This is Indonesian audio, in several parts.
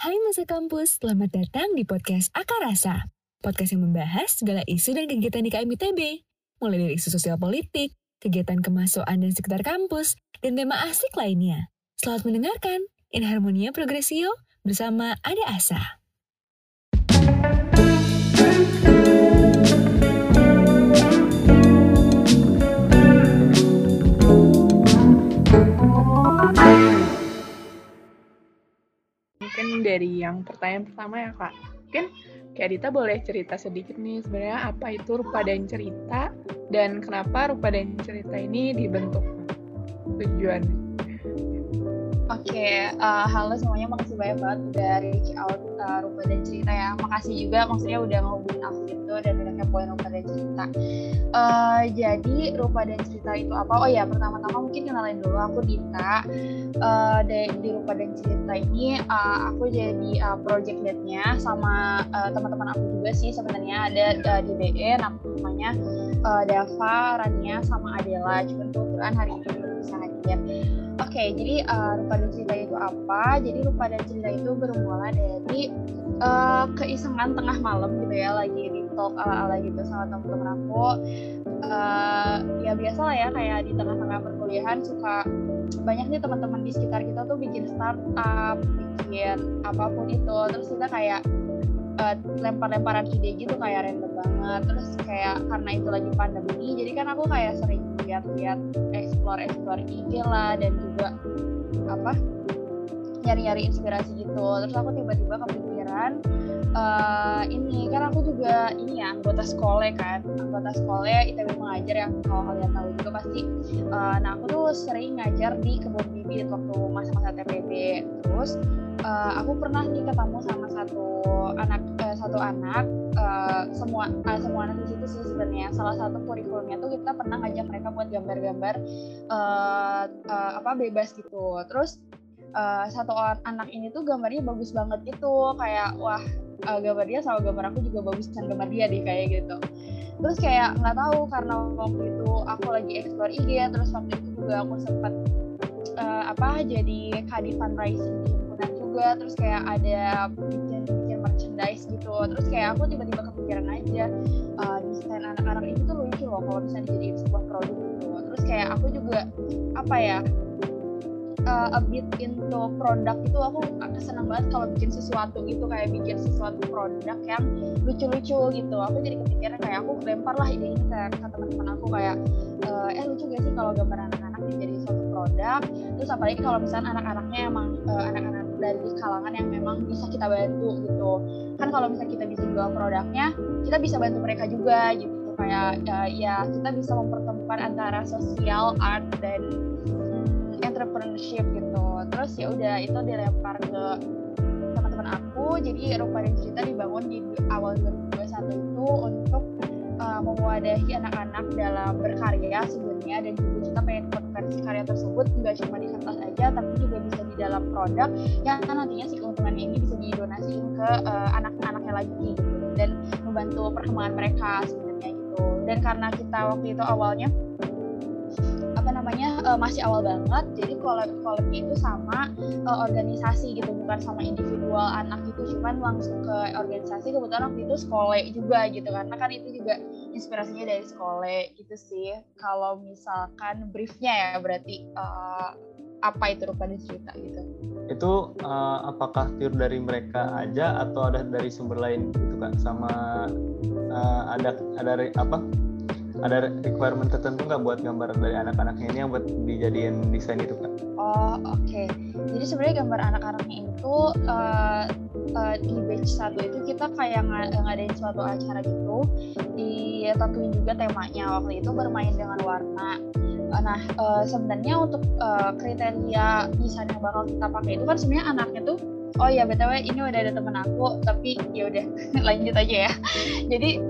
Hai Masa Kampus, selamat datang di podcast Akarasa. Podcast yang membahas segala isu dan kegiatan di KM ITB. Mulai dari isu sosial politik, kegiatan kemahasiswaan dan sekitar kampus, dan tema asik lainnya. Selamat mendengarkan, in harmonia progresio bersama Ada Asa. Mungkin dari yang pertanyaan pertama ya Kak, mungkin Kak Dita boleh cerita sedikit nih sebenarnya apa itu rupa dan cerita dan kenapa rupa dan cerita ini dibentuk tujuannya. Oke, halo semuanya, makasih banyak banget udah reach out rupa dan cerita ya. Makasih juga maksudnya udah ngehubungin aku gitu dan udah kepoin rupa dan cerita. Jadi rupa dan cerita itu apa? Oh ya, pertama-tama mungkin kenalin dulu, aku Dita. Di rupa dan cerita ini aku jadi project lead-nya sama teman-teman aku juga sih sebenarnya ada di DE namanya Dava, Rania, sama Adela. Cuma kebetulan hari ini belum bisa hadir. Oke, jadi rupa dan cerita itu apa? Jadi rupa dan cerita itu bermula dari keisengan tengah malam gitu ya, lagi di talk ala-ala gitu sama teman-teman aku. Ya biasa lah ya, kayak di tengah-tengah perkuliahan suka banyak nih teman-teman di sekitar kita tuh bikin startup, bikin apapun itu. Terus kita kayak lempar-lemparan ide gitu kayak random banget. Terus kayak karena itu lagi pandemi, jadi kan aku kayak sering lihat-lihat explore IG lah dan juga nyari-nyari inspirasi gitu. Terus aku tiba-tiba kepikiran ini kan aku juga anggota sekolah ITB Mengajar yang kalau kalian tahu juga pasti. Nah aku tuh sering ngajar di kebun bibit waktu masa-masa TPB. Terus aku pernah nih ketemu sama satu anak semua anak di situ sih sebenarnya. Salah satu kurikulumnya tuh kita pernah ngajak mereka buat gambar-gambar bebas gitu. Terus satu anak ini tuh gambarnya bagus banget gitu, kayak wah gambar dia sama gambar aku juga bagus dan gambar dia deh kayak gitu. Terus kayak nggak tahu karena waktu itu aku lagi explore IG, terus waktu itu juga aku sempat jadi kadif fundraising di himpunan juga, terus kayak ada bikin merchandise gitu. Terus kayak aku tiba-tiba kepikiran aja desain anak-anak ini tuh lucu loh kalau bisa dijadiin sebuah produk gitu. Terus kayak aku juga a bit into produk itu, aku senang banget kalau bikin sesuatu gitu, kayak bikin sesuatu produk yang lucu-lucu gitu. Aku jadi kepikiran kayak aku lempar lah ide ini ke teman-teman aku kayak lucu gak sih kalau gambar anak-anak jadi suatu produk. Terus apalagi kalau misalnya anak-anaknya emang anak-anak dari kalangan yang memang bisa kita bantu gitu kan. Kalau misalnya kita bisa jual produknya, kita bisa bantu mereka juga gitu. Kayak ya kita bisa mempertemukan antara sosial, art, dan entrepreneurship gitu. Terus ya udah itu dilempar ke teman-teman aku. Jadi rupa dan cerita dibangun di awal 2021 itu untuk mewadahi anak-anak dalam berkarya sebenarnya, dan juga kita pengen konversi karya tersebut nggak cuma di kertas aja, tapi juga bisa di dalam produk yang nantinya si keuntungannya ini bisa didonasiin ke anak-anaknya lagi gitu, dan membantu perkembangan mereka sebenarnya gitu. Dan karena kita waktu itu awalnya masih awal banget, jadi collab-nya itu sama organisasi gitu, bukan sama individual anak gitu, cuman langsung ke organisasi. Kebetulan waktu itu sekolah juga gitu, karena kan itu juga inspirasinya dari sekolah gitu sih. Kalau misalkan briefnya ya berarti apa itu rupa dan cerita gitu. Itu apakah pure dari mereka aja atau ada dari sumber lain gitu Kak? Sama ada requirement tertentu nggak buat gambar dari anak-anaknya ini yang buat dijadiin desain itu Kak? Oh oke. Jadi sebenarnya gambar anak-anaknya itu di batch 1 itu kita kayak ngadain suatu acara gitu, ditentuin juga temanya. Waktu itu bermain dengan warna. Nah sebenarnya untuk kriteria desain yang bakal kita pakai itu kan sebenarnya anaknya tuh, oh ya BTW ini udah ada temen aku, tapi ya udah lanjut aja ya. Jadi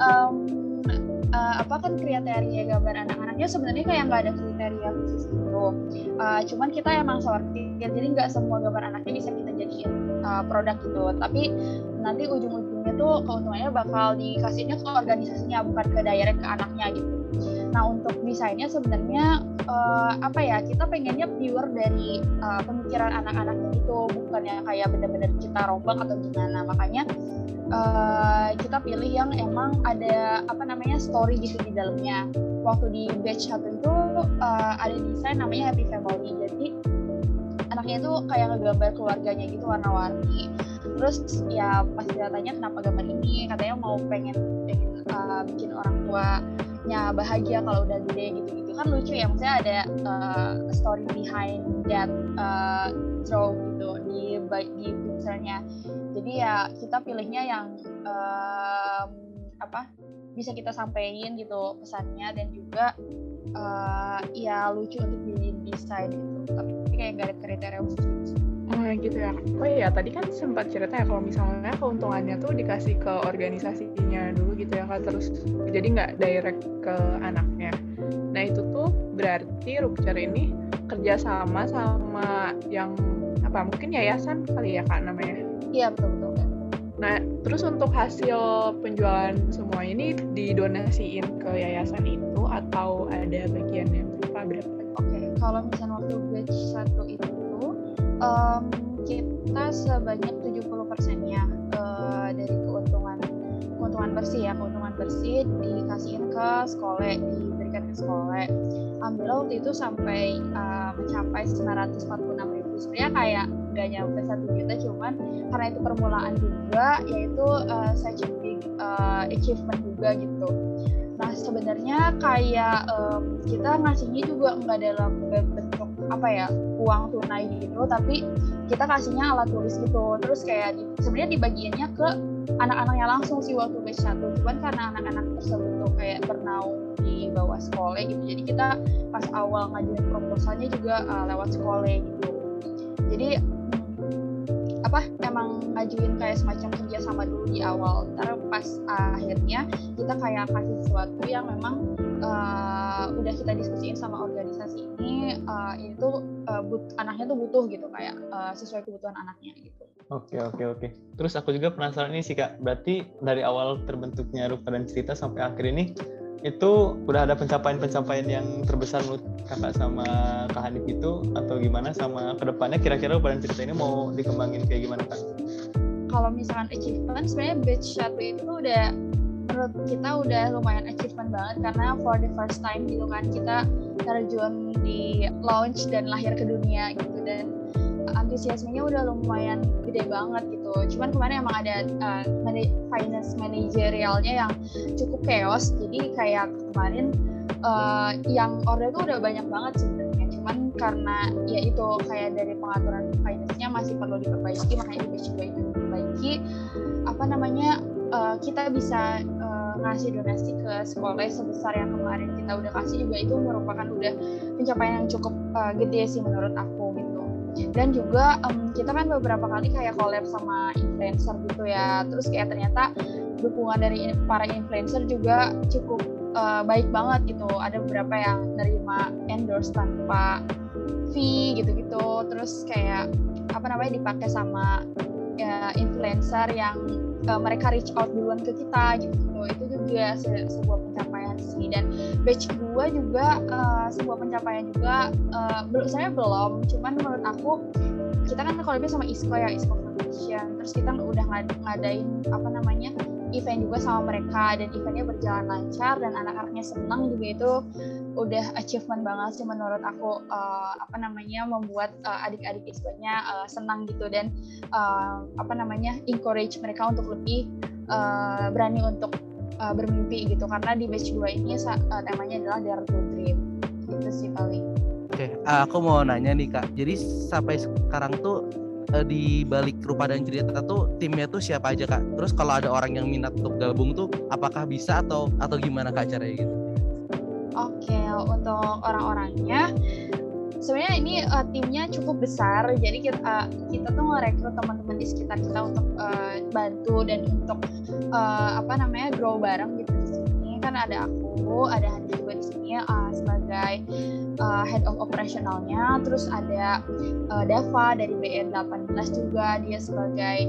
kan kriteria gambar anak-anaknya sebenarnya kayak nggak ada kriteria khusus gitu. Cuman kita emang sortir, jadi nggak semua gambar anaknya bisa kita jadiin produk gitu. Tapi nanti ujung-ujungnya tuh keuntungannya bakal dikasihnya ke organisasinya, bukan ke direct ke anaknya gitu. Nah untuk desainnya sebenarnya kita pengennya pure dari pemikiran anak-anaknya itu, bukan yang kayak benar-benar kita rombak atau gimana. Makanya kita pilih yang emang ada story gitu di dalamnya. Waktu di batch 1 itu ada desain namanya Happy Family. Jadi anaknya itu kayak ngegambar keluarganya gitu warna-warni. Terus ya pas dia tanya kenapa gambar ini, katanya mau pengen bikin orang tuanya bahagia kalau udah gede gitu-gitu. Kan lucu ya, maksudnya ada story behind that draw gitu di picture-nya. Jadi ya kita pilihnya yang bisa kita sampein gitu pesannya, dan juga ya lucu untuk didesain gitu. Tapi kayak nggak ada kriteria khusus gitu. Gitu ya. Oh iya, tadi kan sempat cerita ya kalau misalnya keuntungannya tuh dikasih ke organisasinya dulu gitu ya Kak, terus jadi nggak direct ke anaknya. Nah itu tuh berarti Rupcer ini kerjasama sama yang mungkin yayasan kali ya Kak namanya? Iya betul. Nah terus untuk hasil penjualan semua ini didonasiin ke yayasan itu atau ada bagian yang berapa? Oke, kalau misalnya waktu batch 1 itu kita sebanyak 70%-nya dari keuntungan bersih dikasihin ke sekolah, diberikan ke sekolah. Alhamdulillah waktu itu sampai mencapai 946.000. Sebenarnya kayak nggak nyampe 1 juta, cuman karena itu permulaan juga, yaitu such a big achievement juga gitu. Nah sebenarnya kayak kita ngasihnya juga nggak dalam bentuk uang tunai gitu, tapi kita kasihnya alat tulis gitu. Terus kayak sebenarnya dibagiannya ke anak-anaknya langsung sih waktu batch 1, cuman karena anak-anak tersebut tuh kayak bernaung di bawah sekolah gitu, jadi kita pas awal ngajuin proposalnya juga lewat sekolah gitu. Jadi emang ngajuin kayak semacam kerjasama dulu di awal, ntar pas akhirnya kita kayak kasih sesuatu yang memang udah kita diskusiin sama organisasi ini, itu anaknya tuh butuh gitu, kayak sesuai kebutuhan anaknya gitu. Oke. Terus aku juga penasaran ini sih Kak, berarti dari awal terbentuknya Rupa dan Cerita sampai akhir ini itu udah ada pencapaian yang terbesar menurut Kakak sama Kak Hanif itu, atau gimana, sama kedepannya kira-kira Rupa dan Cerita ini mau dikembangin kayak gimana Kak? Kalau misalkan achievement, sebenarnya batch 1 itu udah menurut kita udah lumayan achievement banget, karena for the first time gitu kan kita terjun di launch dan lahir ke dunia gitu, dan antusiasmenya udah lumayan gede banget gitu. Cuman kemarin emang ada finance managerialnya yang cukup chaos, jadi kayak kemarin yang order tuh udah banyak banget sebenarnya, cuman karena ya itu kayak dari pengaturan finance-nya masih perlu diperbaiki, makanya di batch 2 itu diperbaiki. Kita bisa ngasih donasi ke sekolah sebesar yang kemarin kita udah kasih juga, itu merupakan udah pencapaian yang cukup gede sih menurut aku gitu. Dan juga kita kan beberapa kali kayak collab sama influencer gitu ya, terus kayak ternyata dukungan dari para influencer juga cukup baik banget gitu. Ada beberapa yang nerima endorse tanpa fee gitu-gitu, terus kayak dipakai sama influencer yang mereka reach out duluan ke kita gitu. Itu juga sebuah pencapaian sih. Dan batch 2 juga sebuah pencapaian juga, saya belum, cuman menurut aku kita kan collab sama ISKO ya, ISKO Foundation. Terus kita udah ngadain event juga sama mereka, dan eventnya berjalan lancar dan anak-anaknya senang juga. Itu udah achievement banget sih menurut aku, membuat adik-adik ISKO-nya senang gitu, dan encourage mereka untuk lebih berani untuk bermimpi gitu, karena di batch 2 ini temanya adalah Dare to Dream. Itu sih paling. Oke, aku mau nanya nih Kak, jadi sampai sekarang tuh di balik Rupa dan Cerita tuh timnya tuh siapa aja Kak? Terus kalau ada orang yang minat untuk gabung tuh apakah bisa atau gimana Kak caranya gitu? Oke, untuk orang-orangnya sebenarnya ini timnya cukup besar, jadi kita tuh ngerekrut teman-teman di sekitar kita untuk bantu dan untuk grow bareng gitu. Di sini kan ada aku, ada Hanif juga di sini sebagai head of operationalnya, terus ada Dava dari BN18 juga, dia sebagai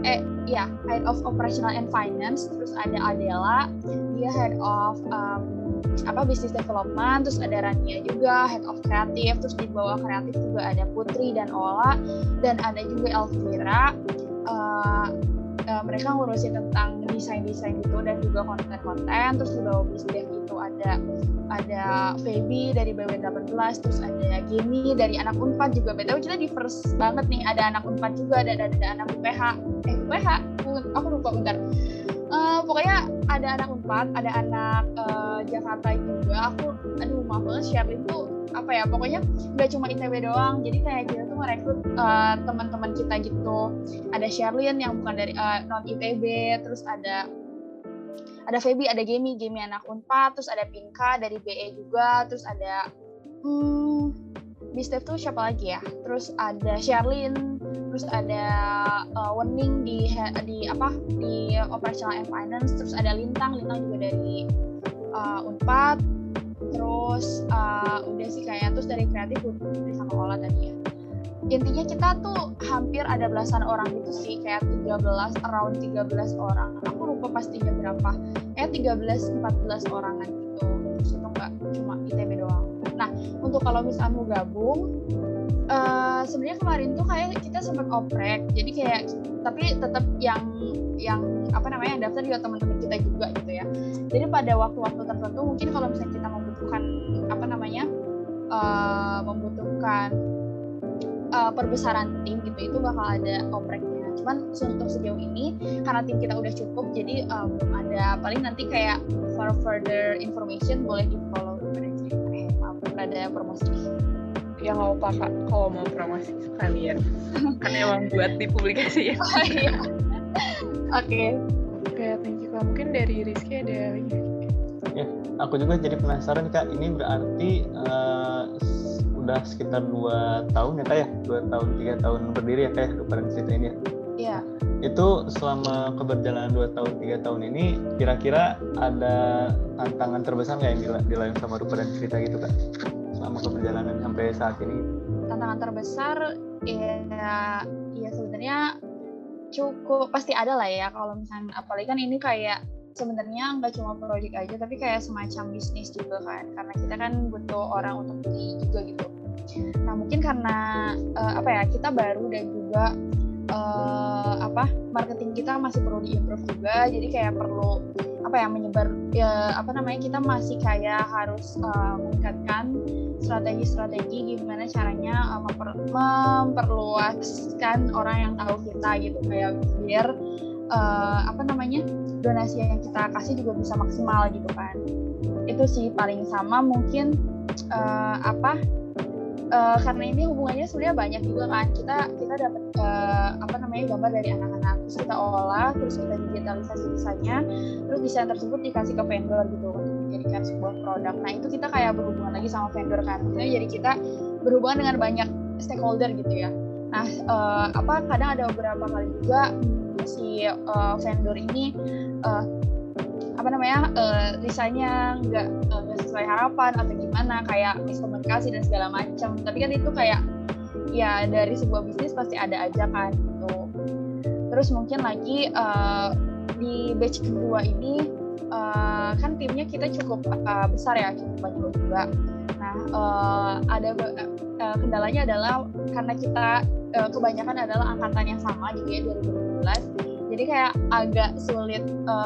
head of operational and finance. Terus ada Adela, dia head of business development, terus ada Rania juga head of kreatif, terus di bawah kreatif juga ada Putri dan Ola, dan ada juga Elvira. Mereka ngurusin tentang desain gitu dan juga konten-konten. Terus di bawah bisnis itu ada Feby dari BW18, terus ada Gini dari anak Unpad juga. BTW kita diverse banget nih, ada anak Unpad juga, ada anak UPH, aku lupa bentar. Pokoknya ada anak Unpad, ada anak Jakarta juga. Maaf banget, Sherlyn tuh pokoknya nggak cuma ITB doang, jadi kayak kita tuh merekrut teman-teman kita gitu. Ada Sherlyn yang bukan dari non ITB, terus ada Feby, ada Gemi anak Unpad, terus ada Pinka dari BE juga, terus ada Bistev tuh siapa lagi ya? Terus ada Sherlyn, terus ada Wening di operational and finance, terus ada Lintang juga dari Unpad. Terus udah sih kayaknya, terus dari kreatif Putri sama Ola tadi ya. Intinya kita tuh hampir ada belasan orang gitu sih, kayak 13 orang. Aku lupa pastinya berapa. 13-14 orangan gitu. Terus itu nggak cuma ITB doang. Nah, untuk kalau misalnya mau gabung, sebenarnya kemarin tuh kayak kita sempat oprek. Jadi kayak tapi tetap yang daftar juga teman-teman kita juga gitu ya. Jadi pada waktu-waktu tertentu mungkin kalau misalnya kita membutuhkan perbesaran tim gitu, itu bakal ada opreknya. Cuman untuk sejauh ini karena tim kita udah cukup, jadi belum ada. Paling nanti kayak for further information boleh di follow pada cerita. Maaf ada promosi. Ya nggak apa Kak, kalau mau promosi sekalian. Kan emang buat dipublikasi ya. Oh iya. Oke, thank you Kak. Mungkin dari Rizky ada lagi? Ya, aku juga jadi penasaran Kak. Ini berarti udah sekitar 2 tahun ya Kak ya? 2 tahun, 3 tahun berdiri ya Kak ya, Rupa dan Cerita ini ya? Iya. Itu selama keberjalanan 2 tahun, 3 tahun ini, kira-kira ada tantangan terbesar nggak yang dilalui sama Rupa dan Cerita gitu Kak? Selama keberjalanan sampai saat ini? Tantangan terbesar ya sebenarnya cukup pasti ada lah ya, kalau misalnya apalagi kan ini kayak sebenarnya nggak cuma proyek aja tapi kayak semacam bisnis juga kan, karena kita kan butuh orang untuk beli juga gitu. Nah mungkin karena kita baru dan juga marketing kita masih perlu diimprove juga, jadi kayak perlu menyebar kita masih kayak harus meningkatkan strategi gimana caranya memperluaskan orang yang tahu kita gitu, kayak biar donasi yang kita kasih juga bisa maksimal gitu kan. Itu sih paling sama mungkin karena ini hubungannya sebenarnya banyak juga kan, kita dapat gambar dari anak-anak, terus kita olah, terus kita digitalisasi desainnya, terus desain tersebut dikasih ke vendor gitu untuk dijadikan sebuah produk. Nah itu kita kayak berhubungan lagi sama vendor kan, jadi kita berhubungan dengan banyak stakeholder gitu ya. Nah kadang ada beberapa kali juga si vendor ini desainnya nggak sesuai harapan atau gimana, kayak miskomunikasi dan segala macam. Tapi kan itu kayak ya dari sebuah bisnis pasti ada aja kan gitu. Terus mungkin lagi di batch kedua ini kan timnya kita cukup besar ya, cukup banyak juga. Nah ada kendalanya adalah karena kita kebanyakan adalah angkatan yang sama gitu ya, 2012. Jadi kayak agak sulit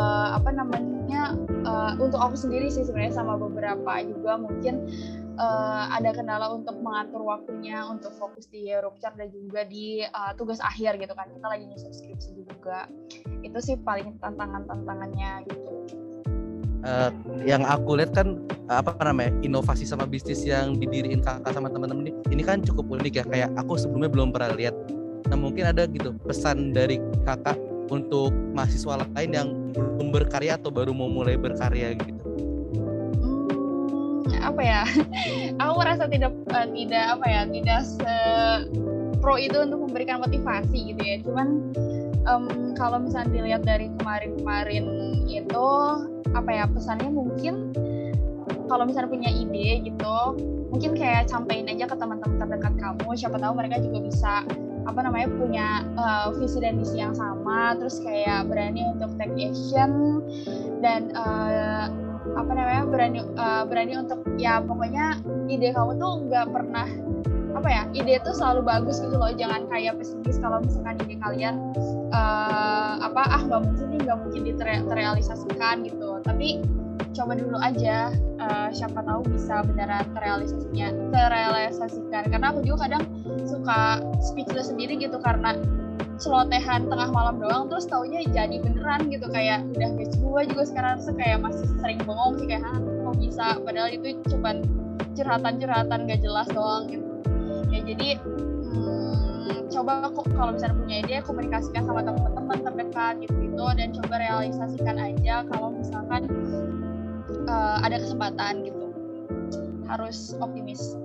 untuk aku sendiri sih sebenarnya, sama beberapa juga mungkin ada kendala untuk mengatur waktunya untuk fokus di Rupcar dan juga di tugas akhir gitu kan. Kita lagi nyusun skripsi juga. Itu sih paling tantangannya gitu. Yang aku lihat kan inovasi sama bisnis yang didiriin kakak sama teman-teman ini kan cukup unik ya, kayak aku sebelumnya belum pernah lihat. Nah mungkin ada gitu pesan dari kakak untuk mahasiswa lain yang belum berkarya atau baru mau mulai berkarya gitu. Aku merasa tidak pro itu untuk memberikan motivasi gitu ya. Cuman kalau misalnya dilihat dari kemarin itu pesannya mungkin kalau misalnya punya ide gitu, mungkin kayak sampein aja ke teman-teman terdekat kamu, siapa tahu mereka juga bisa punya visi dan misi yang sama, terus kayak berani untuk take action dan berani untuk ya pokoknya ide kamu tuh nggak pernah ide tuh selalu bagus gitu loh, jangan kayak pesimis kalau misalkan ide kalian nggak mungkin terrealisasikan gitu, tapi coba dulu aja, siapa tahu bisa beneran terrealisasikan. Karena aku juga kadang suka speechless sendiri gitu karena celotehan tengah malam doang terus taunya jadi beneran gitu, kayak udah batch 2 juga sekarang kayak masih sering bengong sih kayak kok bisa, padahal itu cuman curhatan gak jelas doang gitu ya. Jadi coba kalau misalnya punya ide komunikasikan sama teman-teman terdekat gitu dan coba realisasikan aja kalau misalkan ada kesempatan gitu. Harus optimis.